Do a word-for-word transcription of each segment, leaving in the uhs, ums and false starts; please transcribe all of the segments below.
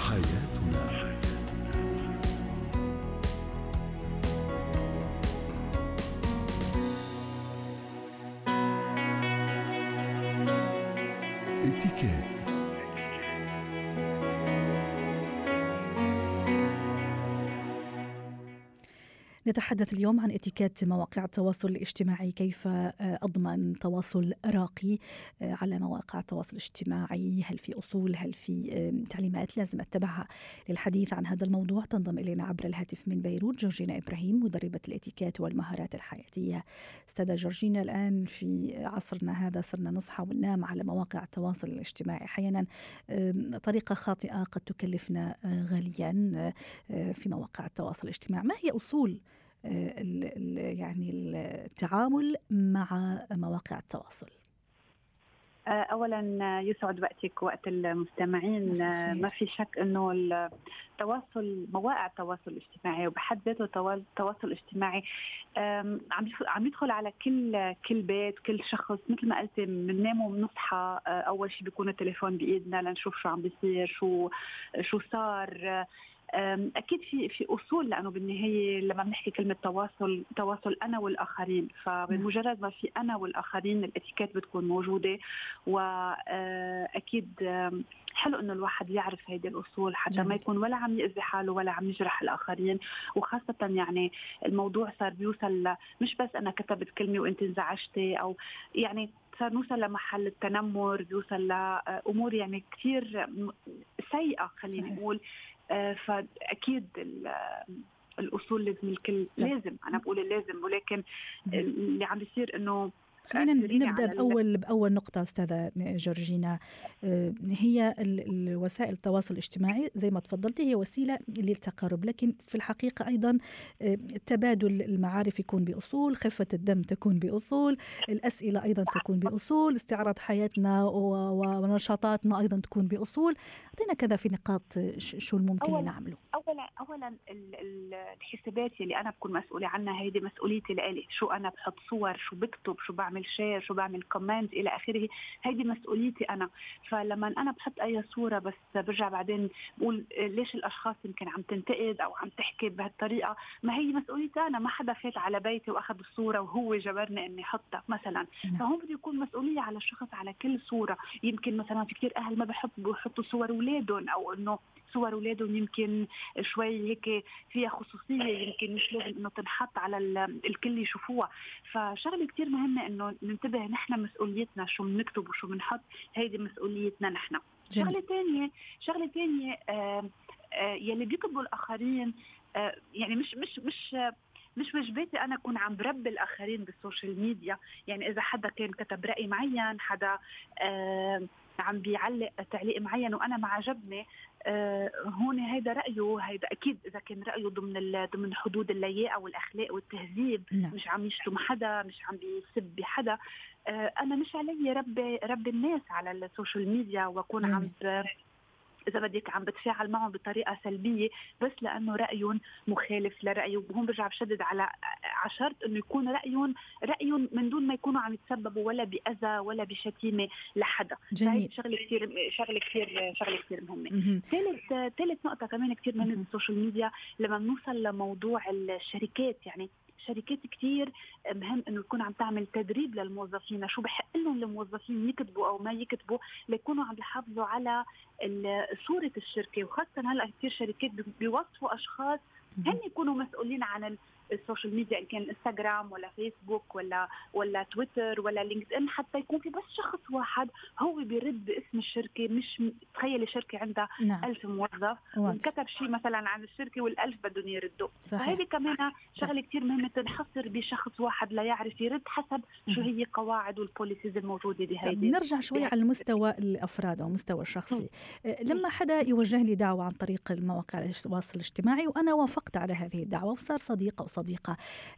حياتنا. اتيكيت. نتحدث اليوم عن اتيكيت مواقع التواصل الاجتماعي، كيف أضمن تواصل راقي على مواقع التواصل الاجتماعي، هل في أصول، هل في تعليمات لازم أتبعها؟ للحديث عن هذا الموضوع تنضم إلينا عبر الهاتف من بيروت جورجينا إبراهيم، مدربة الاتيكيت والمهارات الحياتية. أستاذة جورجينا، الآن في عصرنا هذا صرنا نصحى وننام على مواقع التواصل الاجتماعي، أحيانا طريقة خاطئة قد تكلفنا غاليا في مواقع التواصل الاجتماعي. ما هي أصول ال ال يعني التعامل مع مواقع التواصل؟ أولا يسعد وقتك وقت المستمعين. ما في شك أنه التواصل، مواقع التواصل الاجتماعي وبحد ذاته التواصل الاجتماعي عم عم يدخل على كل كل بيت، كل شخص. مثل ما قلت، بننام وبنصحى أول شيء بيكون التليفون بإيدنا لنشوف شو عم بيصير، شو شو صار. أكيد في في أصول، لأنه بالنهاية لما بنحكي كلمة تواصل، تواصل أنا والآخرين، فبمجرد ما في أنا والآخرين الاتيكيت بتكون موجودة. وأكيد حلو إنه الواحد يعرف هيدي الأصول حتى جميل. ما يكون ولا عم يأذي حاله ولا عم يجرح الآخرين. وخاصة يعني الموضوع صار بيوصل مش بس أنا كتبت كلمة وإنت انزعجتي، أو يعني صار نوصل لمحل التنمر، بيوصل لأمور يعني كتير سيئة خليني نقول. آه فأكيد الأصول لازم الكل لازم، أنا بقول لازم، ولكن اللي عم بيصير إنه خلينا نبدأ بأول بأول نقطة أستاذة جورجينا. هي الوسائل التواصل الاجتماعي زي ما تفضلتي هي وسيلة للتقارب، لكن في الحقيقة أيضا تبادل المعارف يكون بأصول، خفة الدم تكون بأصول، الأسئلة أيضا تكون بأصول، استعراض حياتنا ونشاطاتنا أيضا تكون بأصول. أعطينا كذا في نقاط شو الممكن أولا نعمله. أولا أولا الحسابات اللي أنا بكون مسؤولة عنها هيدي مسؤوليتي لإلي. شو أنا بحط صور، شو بكتب، شو بعمل شير، شو بعمل كومنت إلى آخره، هيدي مسؤوليتي أنا. فلما أنا بحط أي صورة بس برجع بعدين بقول ليش الأشخاص يمكن عم تنتقد أو عم تحكي بهالطريقة، ما هي مسؤوليتي أنا. ما حدا فات على بيتي وأخذ الصورة وهو جبرني إني حطها مثلا. فهم بده يكون مسؤولية على الشخص على كل صورة. يمكن مثلا في كتير أهل ما بحبوا يحطوا صور أولادهم، أو إنه صور أولادهم يمكن شوي هيك فيها خصوصية، يمكن مش لازم إنه تنحط على الكل يشوفوها. فشغلة كتير مهمة إنه ننتبه نحن مسؤوليتنا شو بنكتب وشو بنحط، هيدي مسؤوليتنا نحن. شغلة تانية شغلة تانية آه آه يلي بيكتبوا الآخرين، آه يعني مش مش مش آه مش واجباتي أنا أكون عم بربي الآخرين بالسوشيال ميديا. يعني إذا حدا كان كتب رأي معين، حدا آه عم بيعلق تعليق معين وأنا ما عجبني، آه هون هيدا رأيه، هيدا أكيد إذا كان رأيه ضمن ضمن حدود اللياقة والأخلاق والتهذيب، لا. مش عم يشتم حدا، مش عم بيسب بحدا. آه أنا مش علي ربي ربي الناس على السوشيال ميديا وأكون لا. عم إذا بدك عم بتفاعل معهم بطريقة سلبية بس لأنه رأيهم مخالف لرأيه. وهم برجع بشدد على عشرت إنه يكون رأيهم رأيهم من دون ما يكونوا عم يتسببوا ولا بأذى ولا بشتيمة لحدا. جميل. شغلة كثير شغلة كثير شغلة كثير مهمة. ثالث ثالث نقطة كمان كثير مهمة بالسوشيال ميديا لما بنوصل لموضوع الشركات. يعني شركات كتير مهم انه يكون عم تعمل تدريب للموظفين، شو بحق لهم الموظفين يكتبوا او ما يكتبوا ليكونوا عم يحافظوا على صورة الشركة. وخاصة هلا كتير شركات بيوظفوا اشخاص هن يكونوا مسؤولين عن السوشيال ميديا، إن كان انستغرام ولا فيسبوك ولا ولا تويتر ولا لينكد إن، حتى يكون في بس شخص واحد هو بيرد باسم الشركة. مش تخيل الشركة عندها نعم. ألف موظف وكتب شيء مثلا عن الشركة والألف بدهم يردوا. فهذه كمان شغلة كتير مهمة تنحصر بشخص واحد لا يعرف يرد حسب شو هي قواعد والبوليسيز الموجودة بهذه. نرجع شوي على المستوى الأفراد أو مستوى الشخصي. لما حدا يوجه لي دعوة عن طريق المواقع التواصل الاجتماعي وأنا وافقت على هذه الدعوة وصار صديق أو صديقة،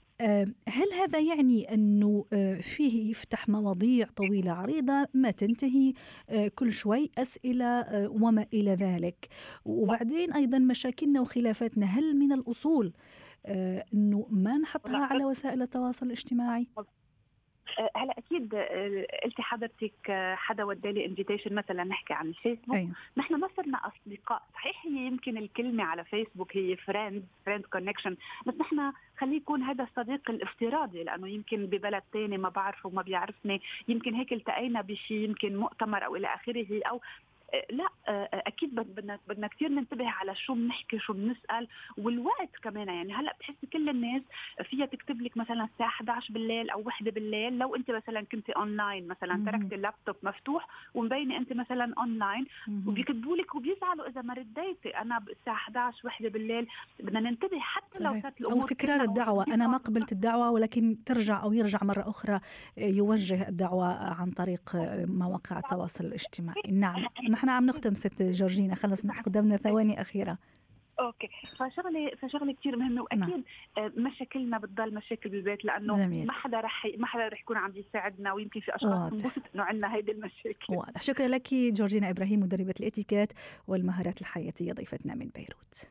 هل هذا يعني أنه فيه يفتح مواضيع طويلة عريضة ما تنتهي، كل شوي أسئلة وما إلى ذلك، وبعدين أيضا مشاكلنا وخلافاتنا؟ هل من الأصول أنه ما نحطها على وسائل التواصل الاجتماعي؟ هلا اكيد قلتي حضرتك حدا ودالي انفيتيشن مثلا نحكي عن الفيسبوك. أيوه. نحن ما صرنا اصدقاء، صحيح هي يمكن الكلمه على فيسبوك هي فريند فريند كونكشن، بس نحن خليه يكون هذا الصديق الافتراضي، لانه يمكن ببلد ثاني ما بعرفه وما بيعرفني، يمكن هيك التقينا بشيء يمكن مؤتمر او الى اخره. او لا اكيد بدنا بدنا كثير ننتبه على شو بنحكي شو بنسال، والوقت كمان. يعني هلا بحس كل الناس فيها تكتب لك مثلا الساعه إحدى عشر بالليل او واحدة بالليل، لو انت مثلا كنت اونلاين مثلا تركت اللابتوب مفتوح ومبينه انت مثلا اونلاين، وبيكتبوا لك وبيزعلوا اذا ما رديتي. انا الساعه إحدى عشر واحدة بالليل بدنا ننتبه، حتى لو كانت الامور او تكرار الدعوه، انا ما قبلت الدعوه ولكن ترجع او يرجع مره اخرى يوجه الدعوه عن طريق مواقع التواصل الاجتماعي. نعم نحن عم نختم ست جورجينا، خلص قدامنا ثواني أخيرة. اوكي، فشغله فشغله كثير مهمه، واكيد نعم. مشاكلنا بتضل مشاكل بالبيت، لانه جميل. ما حدا رح ما حدا رح يكون عم يساعدنا، ويمكن في اشخاص تنبسط انه عندنا هيدي المشاكل. واضح. شكرا لك جورجينا ابراهيم، مدربه الاتيكيت والمهارات الحياتيه، ضيفتنا من بيروت.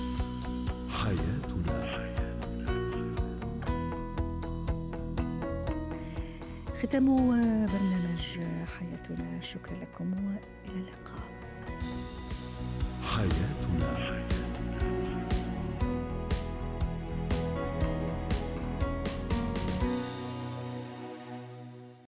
حياتنا. ختام برنامج حياتنا، شكرا لكم والى اللقاء. حياتنا.